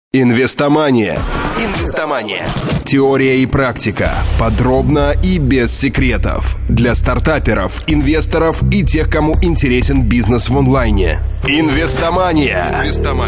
Инвестомания. Теория и практика. Подробно и без секретов. Для стартаперов, инвесторов и тех, кому интересен бизнес в онлайне. Инвестомания.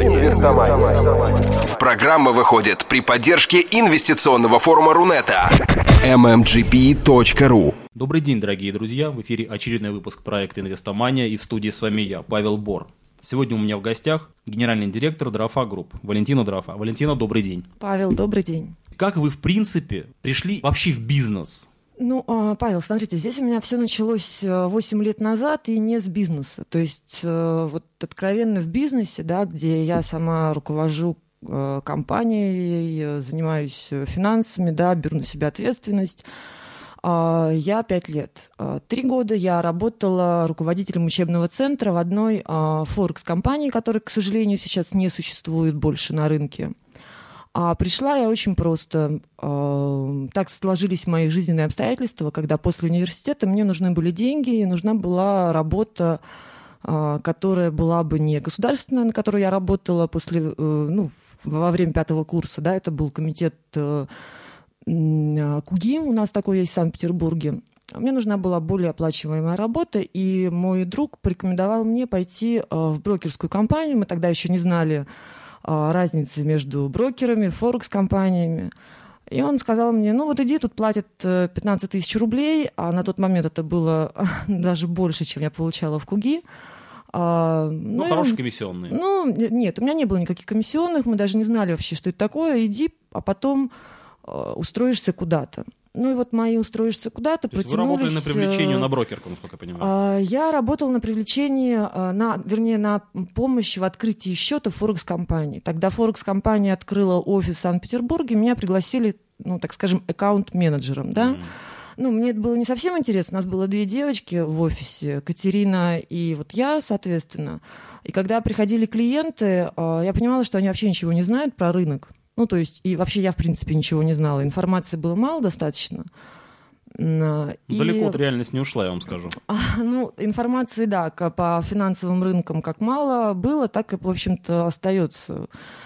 Программа выходит при поддержке инвестиционного форума Рунета. mmgp.ru. Добрый день, дорогие друзья. В эфире очередной выпуск проекта «Инвестомания», и в студии с вами я, Павел Бор. Сегодня у меня в гостях генеральный директор Дрофа Групп Валентина Дрофа. Валентина, добрый день. Павел, добрый день. Как вы, в принципе, пришли вообще в бизнес? Павел, смотрите, здесь у меня все началось 8 лет назад и не с бизнеса. То есть вот откровенно в бизнесе, да, где я сама руковожу компанией, занимаюсь финансами, да, беру на себя ответственность. Я 5 лет. 3 года я работала руководителем учебного центра в одной Форекс-компании, которая, к сожалению, сейчас не существует больше на рынке. Пришла я очень просто. Так сложились мои жизненные обстоятельства, когда после университета мне нужны были деньги, и нужна была работа, которая была бы не государственная, на которой я работала во время 5-го курса. Да, это был комитет КУГИ, у нас такой есть в Санкт-Петербурге. Мне нужна была более оплачиваемая работа, и мой друг порекомендовал мне пойти в брокерскую компанию. Мы тогда еще не знали разницы между брокерами, форекс-компаниями. И он сказал мне, иди, тут платят 15 тысяч рублей, а на тот момент это было даже больше, чем я получала в КУГИ. Хорошие комиссионные. Нет, у меня не было никаких комиссионных, мы даже не знали вообще, что это такое. Иди, а потом устроишься куда-то. Мои устроишься куда-то То есть протянулись... вы работали на привлечение на брокерку, насколько я понимаю? Я работала на привлечение, на помощь в открытии счета Форекс-компании. Тогда Форекс-компания открыла офис в Санкт-Петербурге, меня пригласили, аккаунт-менеджером, да. Мне это было не совсем интересно. У нас было 2 девочки в офисе, Катерина и я, соответственно. И когда приходили клиенты, я понимала, что они вообще ничего не знают про рынок. И вообще я, в принципе, ничего не знала. Информации было мало достаточно. Далеко от реальности не ушла, я вам скажу. Информации, да, по финансовым рынкам как мало было, так и, в общем-то, остается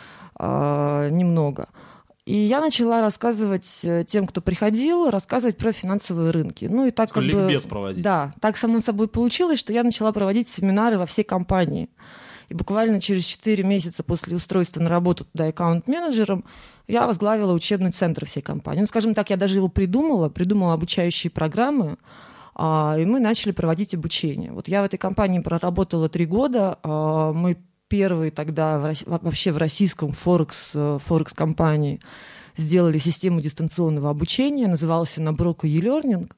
немного. И я начала рассказывать тем, кто приходил, рассказывать про финансовые рынки. И так ликбез проводить. Да, так само собой получилось, что я начала проводить семинары во всей компании. И буквально через 4 месяца после устройства на работу туда аккаунт-менеджером я возглавила учебный центр всей компании. Скажем так, я даже его придумала обучающие программы, и мы начали проводить обучение. Я в этой компании проработала 3 года. Мы первые тогда вообще в российском Форекс-компании сделали систему дистанционного обучения, назывался она Broker e-learning.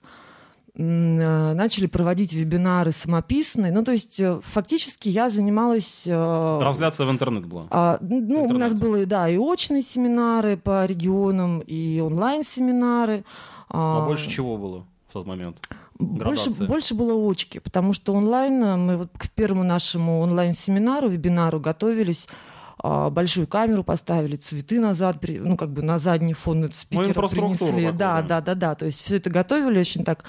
Начали проводить вебинары самописные. Фактически я занималась... Трансляция в интернет была? У нас были, и очные семинары по регионам, и онлайн-семинары. А больше чего было в тот момент? Больше было очки, потому что онлайн, мы к первому нашему онлайн-семинару, вебинару готовились, большую камеру поставили, цветы назад, на задний фон спикера принесли. Да. То есть все это готовили очень так.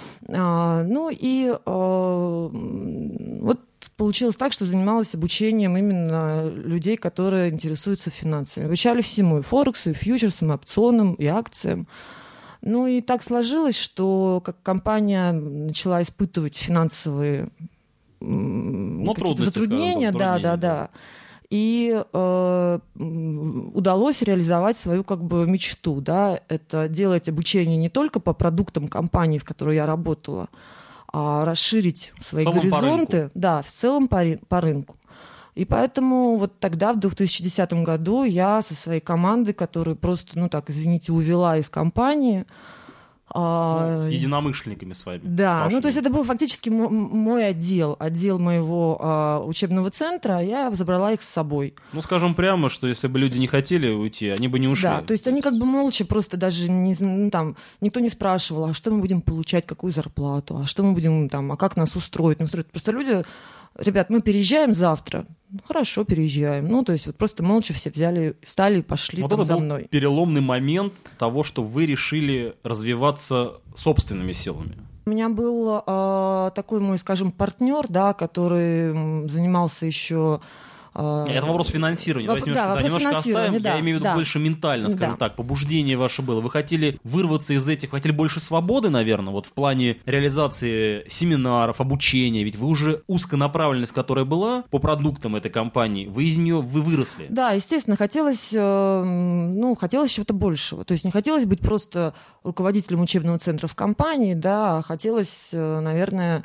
Получилось так, что занималась обучением именно людей, которые интересуются финансами. Обучали всему, и Форексу, и фьючерсам, и опционам, и акциям. И так сложилось, что как компания начала испытывать финансовые какие-то затруднения, да. И удалось реализовать свою мечту, да, это делать обучение не только по продуктам компании, в которой я работала, а расширить свои горизонты, в целом по рынку. И поэтому тогда, в 2010 году, я со своей командой, которую просто, увела из компании, с единомышленниками с вами. Да, то есть это был фактически мой отдел моего учебного центра, я забрала их с собой. Скажем прямо, что если бы люди не хотели уйти, они бы не ушли. Да, то есть они молча, просто даже никто не спрашивал, а что мы будем получать, какую зарплату, а что мы будем а как нас устроить. Просто люди, ребят, мы переезжаем завтра. Хорошо, переезжаем. То есть просто молча все встали и пошли за мной. Это был переломный момент того, что вы решили развиваться собственными силами. У меня был такой мой, скажем, партнер, да, который занимался еще Это вопрос финансирования. Давайте немножко оставим. Я имею в виду больше ментально, скажем так, побуждение ваше было. Вы хотели вырваться из этих, хотели больше свободы, наверное, вот в плане реализации семинаров, обучения. Ведь вы уже узконаправленность, которая была по продуктам этой компании, вы из нее выросли. Да, естественно, хотелось чего-то большего. То есть не хотелось быть просто руководителем учебного центра в компании, да, а хотелось, наверное,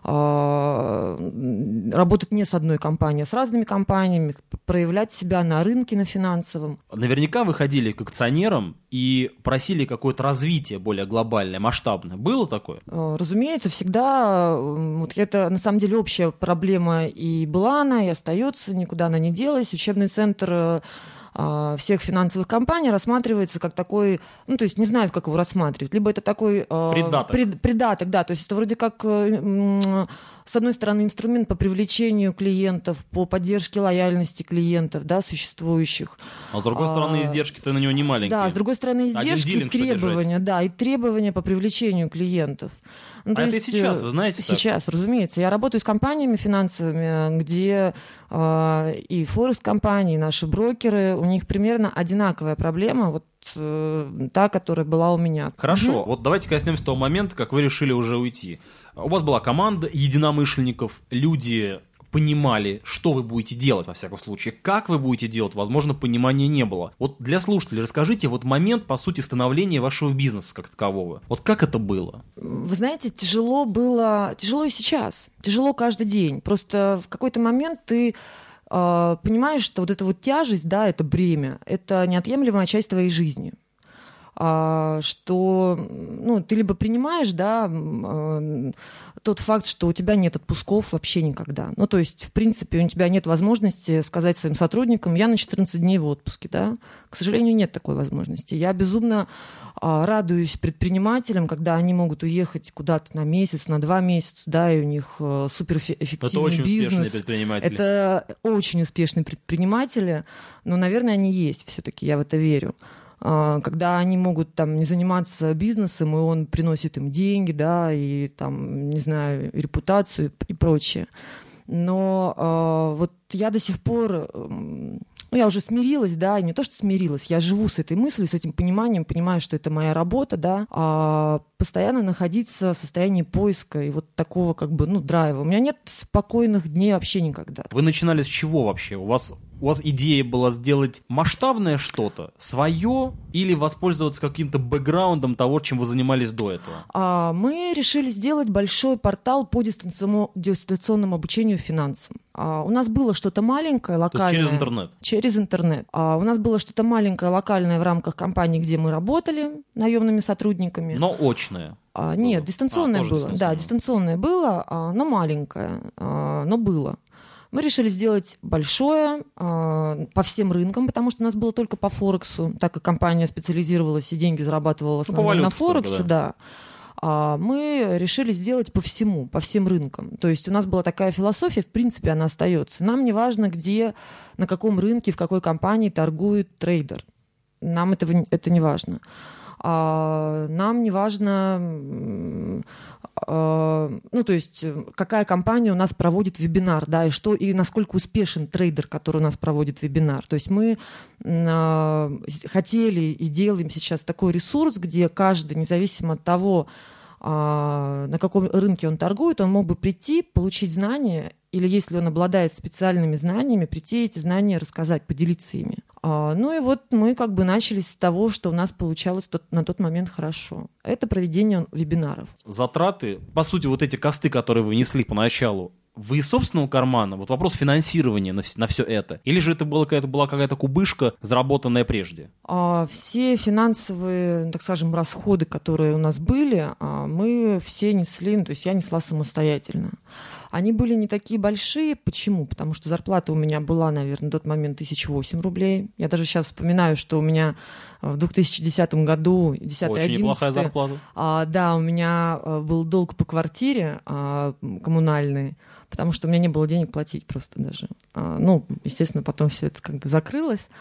работать не с одной компанией, а с разными компаниями, проявлять себя на рынке, на финансовом. Наверняка вы ходили к акционерам и просили какое-то развитие более глобальное, масштабное. Было такое? Разумеется, всегда. Вот это на самом деле общая проблема и была она, и остается, никуда она не делась. Учебный центр всех финансовых компаний рассматривается как такой, то есть не знаю, как его рассматривать, либо это такой придаток, да, то есть это вроде как, с одной стороны, инструмент по привлечению клиентов, по поддержке лояльности клиентов, да, существующих. А с другой стороны, издержки-то на него не маленькие. Да, с другой стороны, издержки и требования, и требования по привлечению клиентов. Это и сейчас, вы знаете? Сейчас, разумеется. Я работаю с компаниями финансовыми, где и Форекс-компании, и наши брокеры, у них примерно одинаковая проблема, вот та, которая была у меня. Хорошо, вот давайте коснемся того момента, как вы решили уже уйти. У вас была команда единомышленников, люди понимали, что вы будете делать, во всяком случае. Как вы будете делать, возможно, понимания не было. Вот для слушателей расскажите вот момент, по сути, становления вашего бизнеса как такового. Вот как это было? Вы знаете, тяжело было, тяжело и сейчас. Тяжело каждый день. Просто в какой-то момент ты понимаешь, что вот эта вот тяжесть, да, это бремя, это неотъемлемая часть твоей жизни. Что ты либо принимаешь, да, тот факт, что у тебя нет отпусков вообще никогда. То есть, в принципе, у тебя нет возможности сказать своим сотрудникам: я на 14 дней в отпуске, да. К сожалению, нет такой возможности. Я безумно радуюсь предпринимателям, когда они могут уехать куда-то на месяц, на 2 месяца, да, и у них суперэффективный бизнес. Это очень успешные предприниматели. Это очень успешные предприниматели, но, наверное, они есть все-таки, я в это верю. Когда они могут там не заниматься бизнесом, и он приносит им деньги, да, и там, не знаю, репутацию и прочее. Но вот я до сих пор, я уже смирилась, да, и не то, что смирилась, я живу с этой мыслью, с этим пониманием, понимаю, что это моя работа, да, постоянно находиться в состоянии поиска и вот такого драйва. У меня нет спокойных дней вообще никогда. Вы начинали с чего вообще? У вас идея была сделать масштабное что-то, свое, или воспользоваться каким-то бэкграундом того, чем вы занимались до этого? Мы решили сделать большой портал по дистанционному обучению финансам. У нас было что-то маленькое, локальное. То есть через интернет? Через интернет. У нас было что-то маленькое, локальное в рамках компании, где мы работали наемными сотрудниками. Но очное? Нет, дистанционное было. Да, дистанционное было, но маленькое, но было. Мы решили сделать большое по всем рынкам, потому что у нас было только по Форексу, так как компания специализировалась и деньги зарабатывала в основном на Форексе, да. Мы решили сделать по всему, по всем рынкам. То есть у нас была такая философия, в принципе, она остается. Нам не важно, где, на каком рынке, в какой компании торгует трейдер. Нам это не важно. Нам не важно, то есть какая компания у нас проводит вебинар, да, и насколько успешен трейдер, который у нас проводит вебинар. То есть мы хотели и делаем сейчас такой ресурс, где каждый, независимо от того, на каком рынке он торгует, он мог бы прийти, получить знания, или если он обладает специальными знаниями, прийти эти знания рассказать, поделиться ими. И вот мы начали с того, что у нас получалось на тот момент хорошо. Это проведение вебинаров. Затраты, по сути, вот эти косты, которые вы несли поначалу, вы из собственного кармана? Вот вопрос финансирования на все это. Или же это была какая-то кубышка, заработанная прежде? Все финансовые, так скажем, расходы, которые у нас были, мы все несли, то есть я несла самостоятельно. Они были не такие большие. Почему? Потому что зарплата у меня была, наверное, на тот момент 1008 рублей. Я даже сейчас вспоминаю, что у меня в 2010 году, 10-11... Очень неплохая зарплата. Да, у меня был долг по квартире коммунальный, потому что у меня не было денег платить просто даже. Естественно, потом все это закрылось.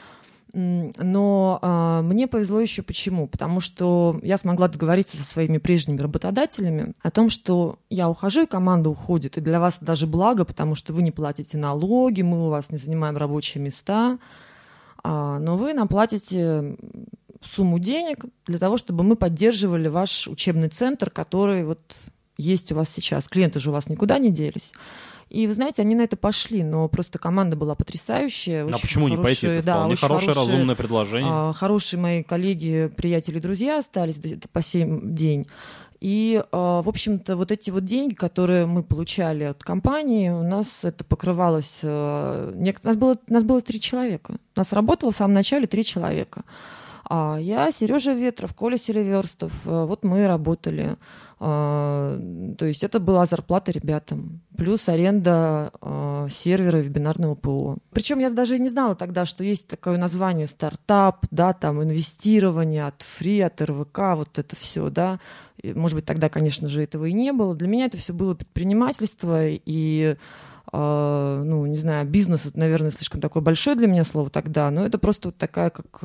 Но мне повезло еще почему? Потому что я смогла договориться со своими прежними работодателями о том, что я ухожу, и команда уходит. И для вас даже благо, потому что вы не платите налоги, мы у вас не занимаем рабочие места, но вы нам платите сумму денег для того, чтобы мы поддерживали ваш учебный центр, который вот есть у вас сейчас. Клиенты же у вас никуда не делись. И, вы знаете, они на это пошли, но просто команда была потрясающая. А почему не пойти? Это вполне хорошее, разумное предложение. Хорошие мои коллеги, приятели, друзья остались по сей день. И, в общем-то, вот эти вот деньги, которые мы получали от компании, у нас это покрывалось... Нас было 3 человека. У нас работало в самом начале 3 человека. Я, Сережа Ветров, Коля Селиверстов, вот мы работали. То есть это была зарплата ребятам, плюс аренда сервера и вебинарного ПО. Причем я даже не знала тогда, что есть такое название стартап, да, там инвестирование от фри, от РВК, вот это все, да. И, может быть, тогда, конечно же, этого и не было. Для меня это все было предпринимательство и... не знаю, бизнес, это, наверное, слишком такое большое для меня слово тогда, но это просто вот такая, как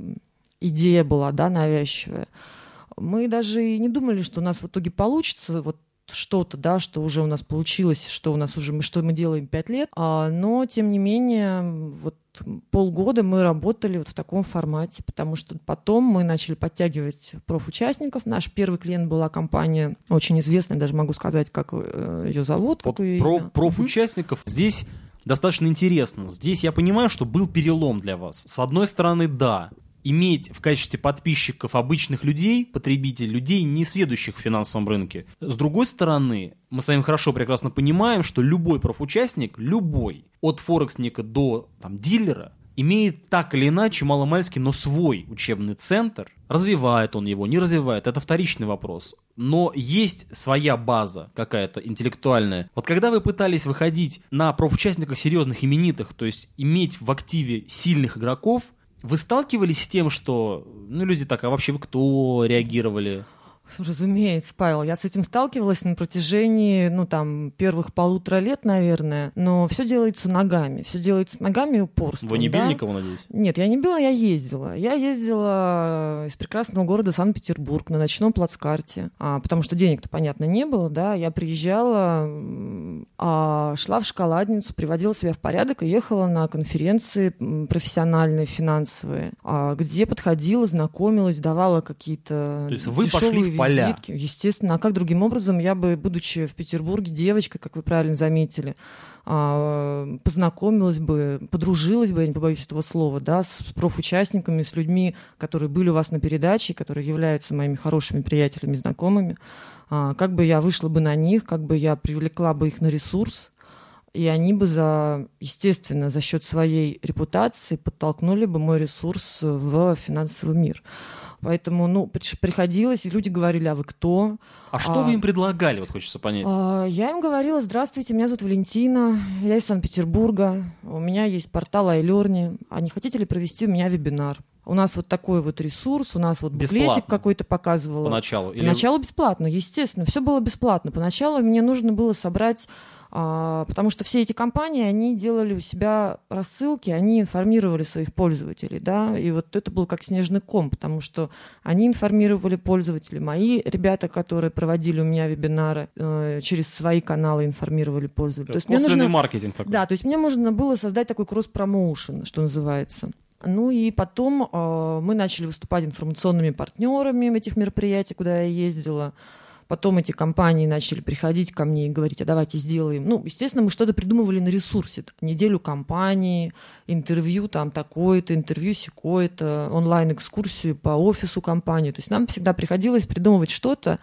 идея была, да, навязчивая. Мы даже и не думали, что у нас в итоге получится вот что-то, да, что уже у нас получилось, что мы делаем 5 лет, но, тем не менее, вот полгода мы работали вот в таком формате, потому что потом мы начали подтягивать профучастников. Наш первый клиент была компания очень известная, даже могу сказать, как ее зовут. Вот про профучастников здесь достаточно интересно. Здесь я понимаю, что был перелом для вас. С одной стороны, да, иметь в качестве подписчиков обычных людей, потребителей, людей, не сведущих в финансовом рынке. С другой стороны, мы с вами хорошо, прекрасно понимаем, что любой профучастник, любой, от форексника до дилера, имеет так или иначе, маломальски, но свой учебный центр. Развивает он его, не развивает, это вторичный вопрос. Но есть своя база какая-то интеллектуальная. Вот когда вы пытались выходить на профучастников серьезных, именитых, то есть иметь в активе сильных игроков, вы сталкивались с тем, что люди так, а вообще вы кто, реагировали? Разумеется, Павел, я с этим сталкивалась на протяжении, первых 1,5 лет, наверное, но все делается ногами и упорством. Вы не били никого, надеюсь? Нет, я не била, я ездила. Я ездила из прекрасного города Санкт-Петербург на ночном плацкарте, потому что денег-то, понятно, не было, да, я приезжала, шла в шоколадницу, приводила себя в порядок и ехала на конференции профессиональные, финансовые, где подходила, знакомилась, давала какие-то То есть вы пошли в поля. Визитки. Естественно, а как другим образом я бы, будучи в Петербурге девочкой, как вы правильно заметили, познакомилась бы, подружилась бы, я не побоюсь этого слова, да, с профучастниками, с людьми, которые были у вас на передаче, которые являются моими хорошими приятелями, знакомыми, как бы я вышла бы на них, как бы я привлекла бы их на ресурс, и они бы, естественно, за счет своей репутации подтолкнули бы мой ресурс в финансовый мир. Поэтому, приходилось, и люди говорили, а вы кто? А что вы им предлагали, вот хочется понять? Я им говорила, здравствуйте, меня зовут Валентина, я из Санкт-Петербурга, у меня есть портал iLearn, а не хотите ли провести у меня вебинар? У нас вот такой вот ресурс, у нас вот буклетик какой-то показывал. Поначалу? Поначалу бесплатно, естественно, все было бесплатно. Поначалу мне нужно было собрать, потому что все эти компании, они делали у себя рассылки, они информировали своих пользователей, да, и вот это был как снежный ком, потому что они информировали пользователей, мои ребята, которые проводили у меня вебинары, через свои каналы информировали пользователей. То есть косвенный маркетинг такой. Да, то есть мне нужно было создать такой кросс-промоушен, что называется. И потом мы начали выступать информационными партнерами этих мероприятий, куда я ездила. Потом эти компании начали приходить ко мне и говорить, а давайте сделаем. Естественно, мы что-то придумывали на ресурсе. Неделю компании, интервью там такое-то, интервью сякое-то, онлайн-экскурсию по офису компании. То есть нам всегда приходилось придумывать что-то,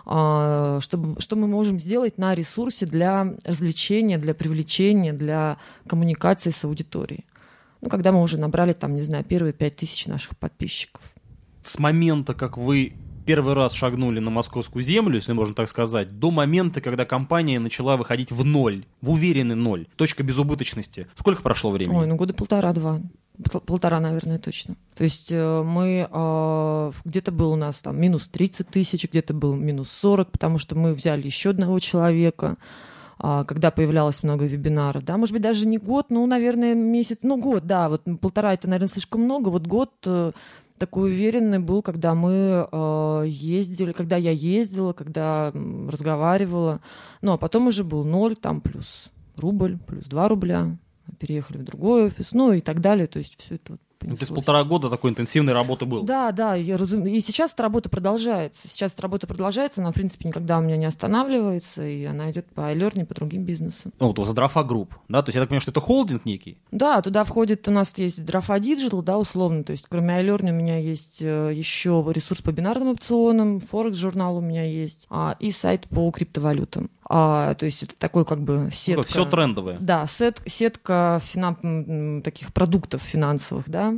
что мы можем сделать на ресурсе для развлечения, для привлечения, для коммуникации с аудиторией. Когда мы уже набрали, первые 5000 наших подписчиков. С момента, как вы первый раз шагнули на московскую землю, если можно так сказать, до момента, когда компания начала выходить в ноль, в уверенный ноль, точка безубыточности, сколько прошло времени? Года 1,5-2. 1,5, наверное, точно. То есть мы где-то был у нас минус 30 тысяч, где-то был минус 40, потому что мы взяли еще одного человека. когда появлялось много вебинаров, да, может быть, даже не год, ну, наверное, месяц, ну, год, да, вот 1,5 это, наверное, слишком много, вот год такой уверенный был, когда мы ездили, когда я ездила, когда разговаривала, ну, а потом уже был 0, там, плюс рубль, плюс 2 рубля, переехали в другой офис, ну, и так далее, то есть все это вот понеслось. То есть 1,5 года такой интенсивной работы было. Да, и сейчас эта работа продолжается. Она, в принципе, никогда у меня не останавливается, и она идет по iLearning, по другим бизнесам. Ну, вот у вас Дрофа Групп, да? То есть я так понимаю, что это холдинг некий? Да, туда входит, у нас есть Дрофа Digital, да, условно, то есть кроме iLearning у меня есть еще ресурс по бинарным опционам, Форекс-журнал у меня есть, и сайт по криптовалютам. То есть это такой как бы сетка. Все трендовое. Да, сетка таких продуктов финансовых, да.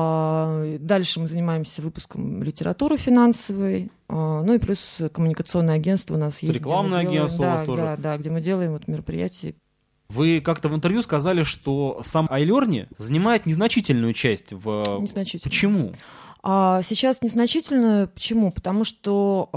Дальше мы занимаемся выпуском литературы финансовой, ну и плюс коммуникационное агентство у нас есть. Рекламное агентство у вас тоже. Да, где мы делаем вот мероприятия. Вы как-то в интервью сказали, что сам iLearning занимает незначительную часть в... Незначительную. Почему? Сейчас незначительно. Почему? Потому что,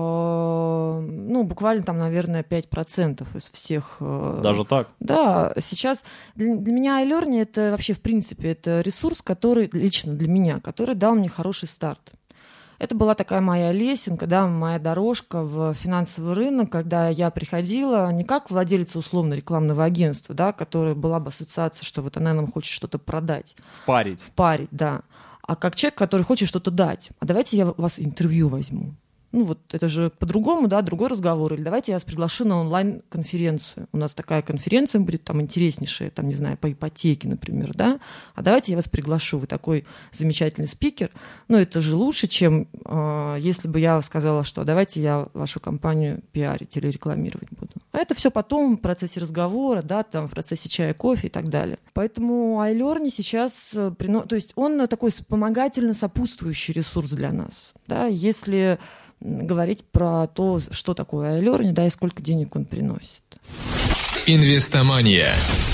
буквально там, наверное, 5% из всех... Даже так? Да, сейчас для меня iLearning это вообще, в принципе, это ресурс, который, лично для меня, который дал мне хороший старт. Это была такая моя лесенка, да, моя дорожка в финансовый рынок, когда я приходила не как владелица условно рекламного агентства, да, которая была бы ассоциация, что вот она нам хочет что-то продать. Впарить, да. А как человек, который хочет что-то дать. А давайте я вас интервью возьму. Ну вот это же по-другому, да, другой разговор. Или давайте я вас приглашу на онлайн-конференцию. У нас такая конференция будет там интереснейшая, там, не знаю, по ипотеке, например, да. А давайте я вас приглашу, вы такой замечательный спикер. Но это же лучше, чем если бы я сказала, что давайте я вашу компанию пиарить или рекламировать буду. А это все потом в процессе разговора, да, там, в процессе чая, кофе и так далее. Поэтому iLearning сейчас, то есть он такой вспомогательно сопутствующий ресурс для нас, да, если говорить про то, что такое iLearning, да, и сколько денег он приносит. Инвестомания.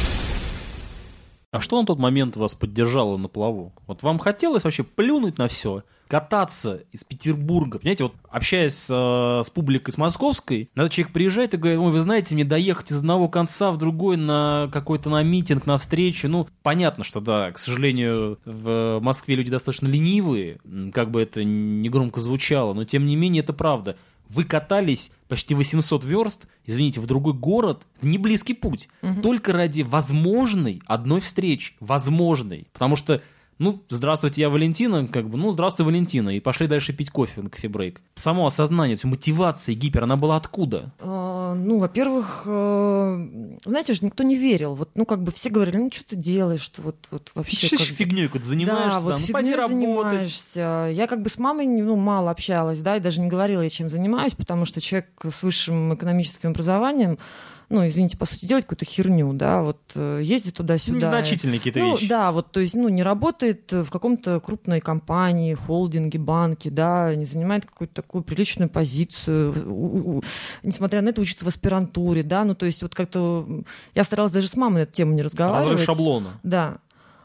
А что на тот момент вас поддержало на плаву? Вот вам хотелось вообще плюнуть на все, кататься из Петербурга? Понимаете, вот общаясь с публикой с московской, иногда человек приезжает и говорит: ой, вы знаете, мне доехать из одного конца в другой на какой-то на митинг, на встречу. Ну, понятно, что да, к сожалению, в Москве люди достаточно ленивые, как бы это ни громко звучало, но тем не менее это правда. Вы катались почти 800 верст, извините, в другой город, не близкий путь, только ради возможной одной встречи, возможной, потому что, ну, здравствуйте, я Валентина, как бы, ну, здравствуй, Валентина, и пошли дальше пить кофе на кофе-брейк. Само осознание, мотивация гипер, она была откуда? Ну, во-первых, знаете же, никто не верил, вот, ну, как бы все говорили, ну, что ты делаешь, вот вообще... Что фигней какой-то занимаешься, да, вот ну, пойди работать. Я как бы с мамой, ну, мало общалась, да, и даже не говорила я, чем занимаюсь, потому что человек с высшим экономическим образованием, ну, извините, по сути, делать какую-то херню, да, вот ездит туда-сюда. Незначительные какие-то вещи. Да, вот, то есть, ну, не работает в каком-то крупной компании, холдинге, банке, да, не занимает какую-то такую приличную позицию, несмотря на это учится в аспирантуре, да, ну, то есть, вот как-то я старалась даже с мамой на эту тему не разговаривать. Разрыв шаблона. Да.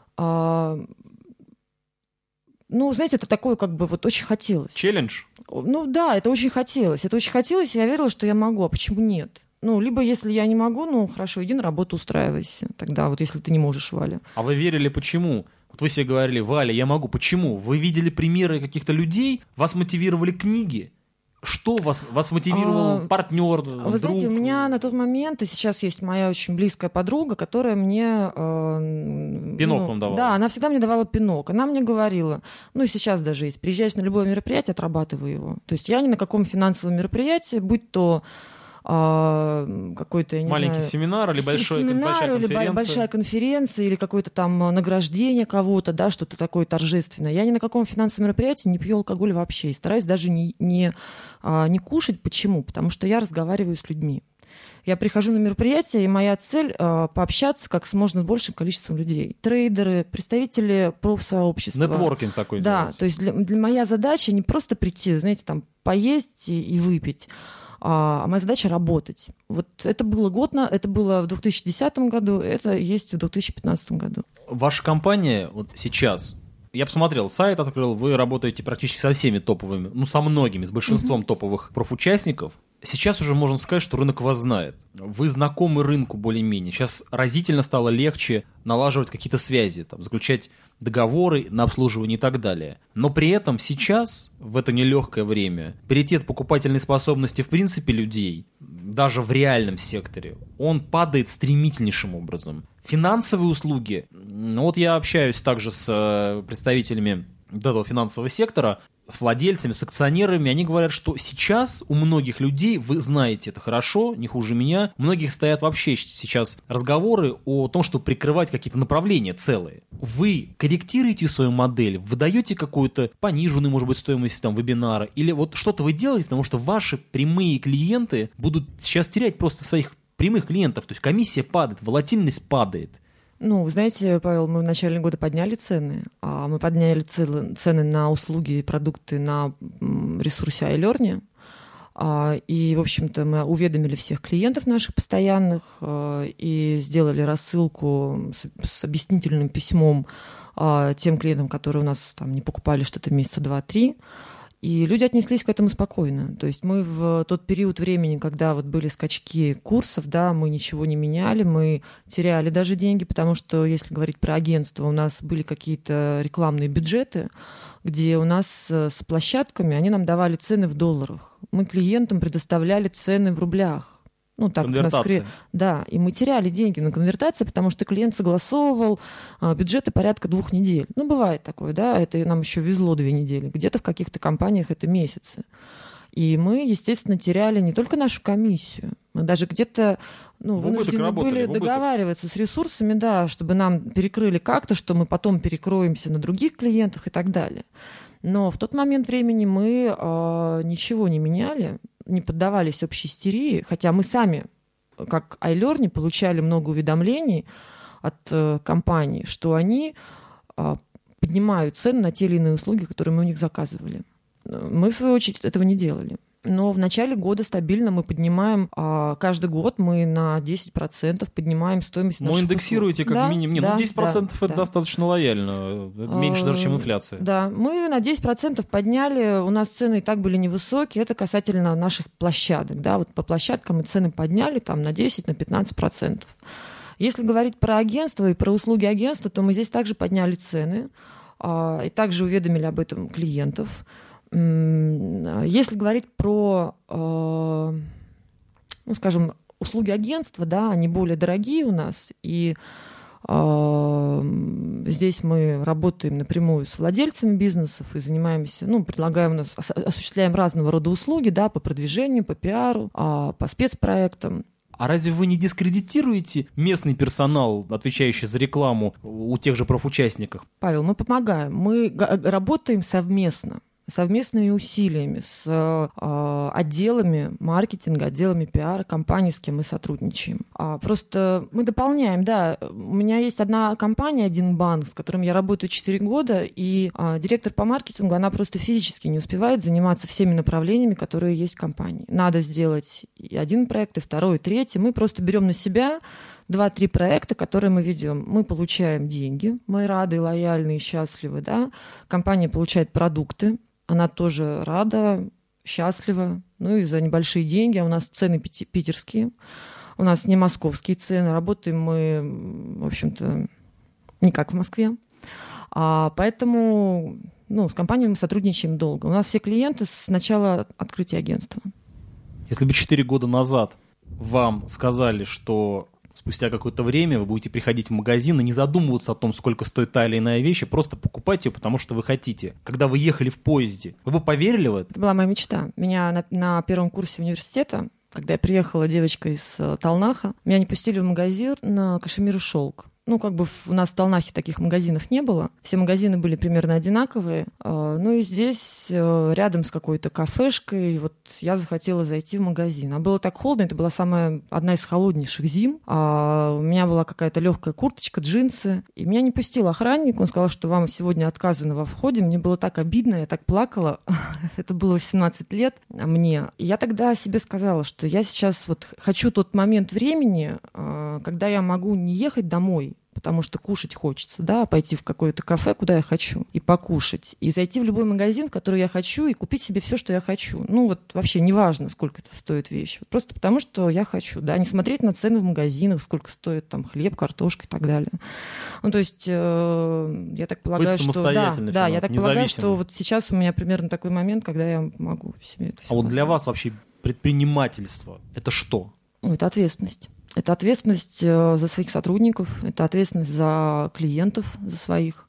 Ну, знаете, это такое, как бы, вот очень хотелось. Челлендж? Ну, да, это очень хотелось, и я верила, что я могу, а почему нет? Ну, либо если я не могу, ну, хорошо, иди на работу, устраивайся. Тогда вот если ты не можешь, Валя. А вы верили почему? Вот вы себе говорили: Валя, я могу. Почему? Вы видели примеры каких-то людей, вас мотивировали книги. Что вас мотивировал партнер, друг? Вы знаете, у меня на тот момент, и сейчас есть моя очень близкая подруга, которая мне... Пинок вам давала. Да, она всегда мне давала пинок. Она мне говорила, ну и сейчас даже есть, приезжаешь на любое мероприятие, отрабатывай его. То есть я ни на каком финансовом мероприятии, будь то какой-то, я не маленький знаю, семинар или большая или большая конференция, или какое-то там награждение кого-то, да, что-то такое торжественное. Я ни на каком финансовом мероприятии не пью алкоголь вообще. И стараюсь даже не кушать. Почему? Потому что я разговариваю с людьми. Я прихожу на мероприятие, и моя цель пообщаться как с можно большим количеством людей. Трейдеры, представители профсообщества. Нетворкинг такой. Да, то есть для моя задача не просто прийти, знаете, там поесть и выпить, а моя задача работать. Вот это было это было в 2010 году, это есть в 2015 году. Ваша компания вот сейчас, я посмотрел сайт, открыл, вы работаете практически со всеми топовыми, ну, со многими, с большинством топовых профучастников. Сейчас уже можно сказать, что рынок вас знает. Вы знакомы рынку более-менее. Сейчас разительно стало легче налаживать какие-то связи, там, заключать договоры на обслуживание и так далее. Но при этом сейчас, в это нелегкое время, паритет покупательной способности в принципе людей, даже в реальном секторе, он падает стремительнейшим образом. Финансовые услуги, вот я общаюсь также с представителями этого финансового сектора, с владельцами, с акционерами, они говорят, что сейчас у многих людей, вы знаете это хорошо, не хуже меня, у многих стоят вообще сейчас разговоры о том, чтобы прикрывать какие-то направления целые. Вы корректируете свою модель, вы даете какую-то пониженную, может быть, стоимость там, вебинара, или вот что-то вы делаете, потому что ваши прямые клиенты будут сейчас терять просто своих прямых клиентов, то есть комиссия падает, волатильность падает. Ну, вы знаете, Павел, мы в начале года подняли цены. Мы подняли цены на услуги и продукты на ресурсе iLearn. И, в общем-то, мы уведомили всех клиентов наших постоянных и сделали рассылку с объяснительным письмом тем клиентам, которые у нас там не покупали что-то месяца 2-3. И люди отнеслись к этому спокойно. То есть мы в тот период времени, когда вот были скачки курсов, да, мы ничего не меняли, мы теряли даже деньги, потому что, если говорить про агентство, у нас были какие-то рекламные бюджеты, где у нас с площадками, они нам давали цены в долларах. Мы клиентам предоставляли цены в рублях. Ну, так, конвертация. Да, и мы теряли деньги на конвертации, потому что клиент согласовывал бюджеты порядка 2 недель. Ну, бывает такое, да, это нам еще везло 2 недели. Где-то в каких-то компаниях это месяцы. И мы, естественно, теряли не только нашу комиссию, мы даже где-то вынуждены были договариваться с ресурсами, да, чтобы нам перекрыли как-то, что мы потом перекроемся на других клиентах и так далее. Но в тот момент времени мы ничего не меняли, не поддавались общей истерии, хотя мы сами, как iLearn, получали много уведомлений от компаний, что они поднимают цены на те или иные услуги, которые мы у них заказывали. Мы, в свою очередь, этого не делали. Но в начале года стабильно мы поднимаем, каждый год мы на 10% поднимаем стоимость наших услуг. Ну, индексируете как минимум. Да, 10% это достаточно лояльно. Это меньше даже, чем инфляция. Да, мы на 10% подняли, у нас цены и так были невысокие, это касательно наших площадок. Да, вот по площадкам мы цены подняли там, на 10, на 15%. Если говорить про агентство и про услуги агентства, то мы здесь также подняли цены и также уведомили об этом клиентов. Если говорить про, скажем, услуги агентства, да, они более дорогие у нас, и здесь мы работаем напрямую с владельцами бизнесов и занимаемся, предлагаем, осуществляем разного рода услуги, да, по продвижению, по пиару, по спецпроектам. А разве вы не дискредитируете местный персонал, отвечающий за рекламу у тех же профучастников? Павел, мы помогаем, мы работаем совместными усилиями с отделами маркетинга, отделами пиара, компаний, с кем мы сотрудничаем. Просто мы дополняем, да. У меня есть одна компания, один банк, с которым я работаю 4 года, и директор по маркетингу, она просто физически не успевает заниматься всеми направлениями, которые есть в компании. Надо сделать и один проект, и второй, и третий. Мы просто берем на себя 2-3 проекта, которые мы ведем. Мы получаем деньги, мы рады, лояльны и счастливы, да. Компания получает продукты, она тоже рада, счастлива, и за небольшие деньги. А у нас цены питерские, у нас не московские цены. Работаем мы, в общем-то, не как в Москве. Поэтому с компанией мы сотрудничаем долго. У нас все клиенты с начала открытия агентства. Если бы 4 года назад вам сказали, что спустя какое-то время вы будете приходить в магазин и не задумываться о том, сколько стоит та или иная вещь, и просто покупать ее, потому что вы хотите. Когда вы ехали в поезде, вы бы поверили в это? Это была моя мечта. Меня на первом курсе университета, когда я приехала девочка из Талнаха, меня не пустили в магазин на кашемир и шелк. У нас в Талнахе таких магазинов не было. Все магазины были примерно одинаковые. И здесь, рядом с какой-то кафешкой, я захотела зайти в магазин. А было так холодно, это была одна из холоднейших зим. У меня была какая-то легкая курточка, джинсы. И меня не пустил охранник. Он сказал, что вам сегодня отказано во входе. Мне было так обидно, я так плакала. Это было 18 лет мне. И я тогда себе сказала, что я сейчас хочу тот момент времени, когда я могу не ехать домой, потому что кушать хочется, да, пойти в какое-то кафе, куда я хочу, и покушать, и зайти в любой магазин, в который я хочу, и купить себе все, что я хочу. Ну вот вообще неважно, сколько это стоит вещь, вот просто потому что я хочу, да, не смотреть на цены в магазинах, сколько стоит там хлеб, картошка и так далее. Ну то есть я так полагаю, что да, я так полагаю, что вот сейчас у меня примерно такой момент, когда я могу себе это все. А вот для вас вообще предпринимательство — это что? Ну, это ответственность. Это ответственность за своих сотрудников, это ответственность за клиентов, за своих.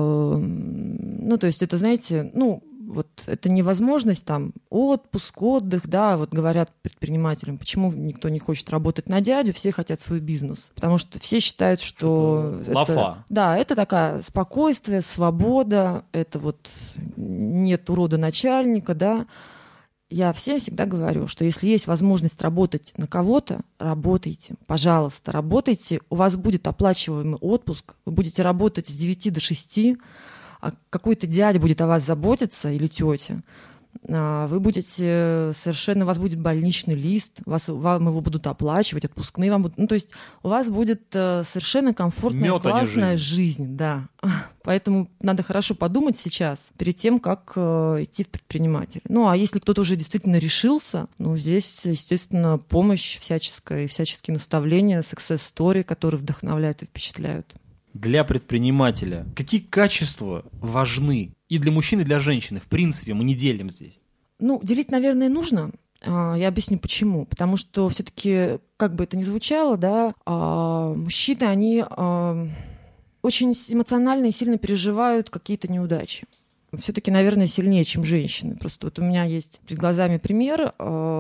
Ну, то есть это, знаете, ну, вот это невозможность там отпуск, отдых, да, вот говорят предпринимателям, почему никто не хочет работать на дядю, все хотят свой бизнес, потому что все считают, что лафа. Да, это такая спокойствие, свобода, это вот нет урода начальника, да. Я всем всегда говорю, что если есть возможность работать на кого-то, работайте, пожалуйста, работайте. У вас будет оплачиваемый отпуск, вы будете работать с 9 до 6, а какой-то дядя будет о вас заботиться или тетя. Вы будете совершенно, у вас будет больничный лист, вам его будут оплачивать, отпускные вам будут. Ну, то есть у вас будет совершенно комфортная, классная жизнь, да. Поэтому надо хорошо подумать сейчас, перед тем, как идти в предприниматели. Ну, а если кто-то уже действительно решился, ну, здесь, естественно, помощь всяческая и всяческие наставления, success story, которые вдохновляют и впечатляют. Для предпринимателя какие качества важны и для мужчины, и для женщины? В принципе, мы не делим здесь. Ну, делить, наверное, нужно. Я объясню, почему. Потому что все-таки, как бы это ни звучало, да, мужчины, они очень эмоционально и сильно переживают какие-то неудачи. Все-таки, наверное, сильнее, чем женщины. Просто вот у меня есть перед глазами пример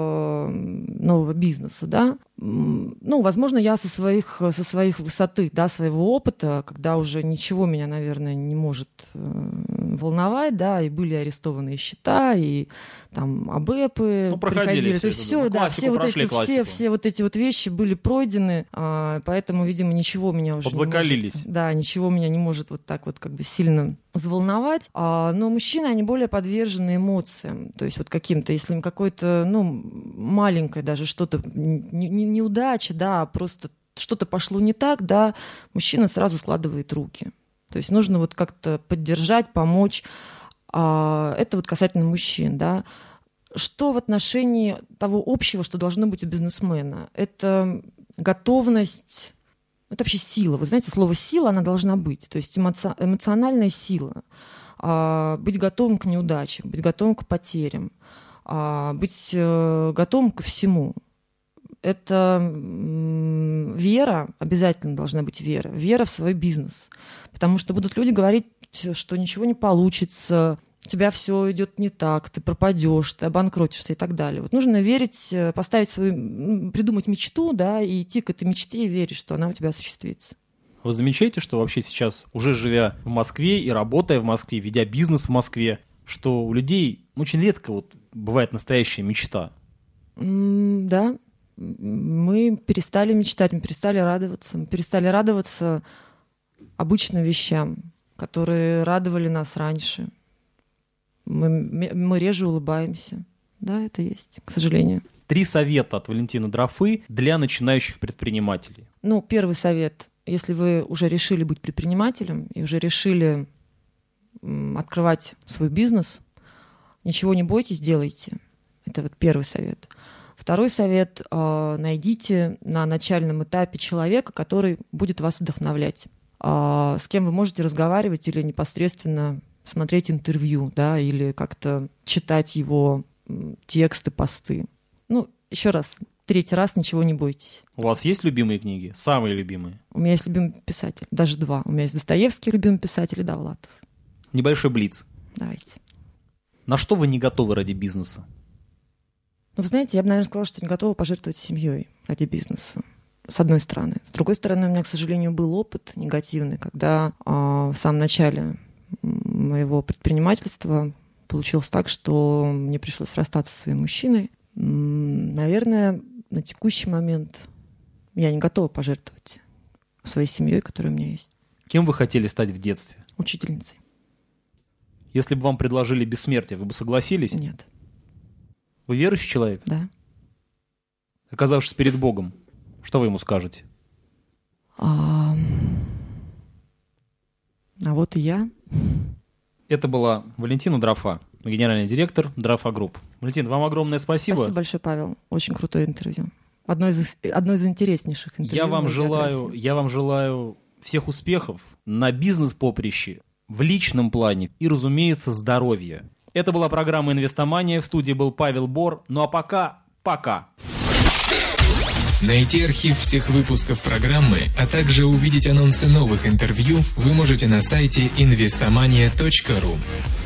нового бизнеса, да. Ну, возможно, я со своих высоты, да, своего опыта, когда уже ничего меня, наверное, не может волновать, да, и были арестованы счета, и там АБЭПы приходили. То есть все, да, все вот эти вот вещи были пройдены, поэтому, видимо, ничего меня уже подзакалились. Ничего меня не может вот так вот как бы сильно взволновать. Но мужчины, они более подвержены эмоциям. То есть вот каким-то, если им какое-то, ну, маленькое даже что-то, неудача, да, просто что-то пошло не так, да, мужчина сразу складывает руки. То есть нужно вот как-то поддержать, помочь. Это вот касательно мужчин, да. Что в отношении того общего, что должно быть у бизнесмена? Это готовность, это вообще сила. Вы знаете, слово «сила», она должна быть. То есть эмоциональная сила. Быть готовым к неудачам, быть готовым к потерям, быть готовым ко всему. Это вера, обязательно должна быть вера в свой бизнес. Потому что будут люди говорить, что ничего не получится, у тебя все идет не так, ты пропадешь, ты обанкротишься и так далее. Вот нужно верить, поставить свою, придумать мечту, да, и идти к этой мечте и верить, что она у тебя осуществится. Вы замечаете, что вообще сейчас, уже живя в Москве и работая в Москве, ведя бизнес в Москве, что у людей очень редко вот бывает настоящая мечта? Да. Мы перестали мечтать, мы перестали радоваться обычным вещам, которые радовали нас раньше. Мы реже улыбаемся. Да, это есть, к сожалению. 3 совета от Валентины Дрофы для начинающих предпринимателей. Ну, первый совет. Если вы уже решили быть предпринимателем и уже решили открывать свой бизнес, ничего не бойтесь, делайте. Это вот первый совет. Второй совет – найдите на начальном этапе человека, который будет вас вдохновлять, с кем вы можете разговаривать или непосредственно смотреть интервью, да, или как-то читать его тексты, посты. Ну, еще раз, 3-й раз ничего не бойтесь. У вас есть любимые книги? Самые любимые? У меня есть любимый писатель, даже 2. У меня есть Достоевский, любимый писатель, и Довлатов. Небольшой блиц. Давайте. На что вы не готовы ради бизнеса? Ну, вы знаете, я бы, наверное, сказала, что не готова пожертвовать семьей ради бизнеса, с одной стороны. С другой стороны, у меня, к сожалению, был опыт негативный, когда в самом начале моего предпринимательства получилось так, что мне пришлось расстаться со своим мужчиной. Наверное, на текущий момент я не готова пожертвовать своей семьей, которая у меня есть. Кем вы хотели стать в детстве? Учительницей. Если бы вам предложили бессмертие, вы бы согласились? Нет. Вы верующий человек? Да. Оказавшись перед Богом, что вы ему скажете? А вот и я. Это была Валентина Дрофа, генеральный директор Дрофа Групп. Валентин, вам огромное спасибо. Спасибо большое, Павел. Очень крутое интервью. Одно из интереснейших интервью. Я вам желаю всех успехов на бизнес-поприще, в личном плане и, разумеется, здоровья. Это была программа «Инвестомания». В студии был Павел Бор. Ну а пока. Найти архив всех выпусков программы, а также увидеть анонсы новых интервью вы можете на сайте investomania.ru.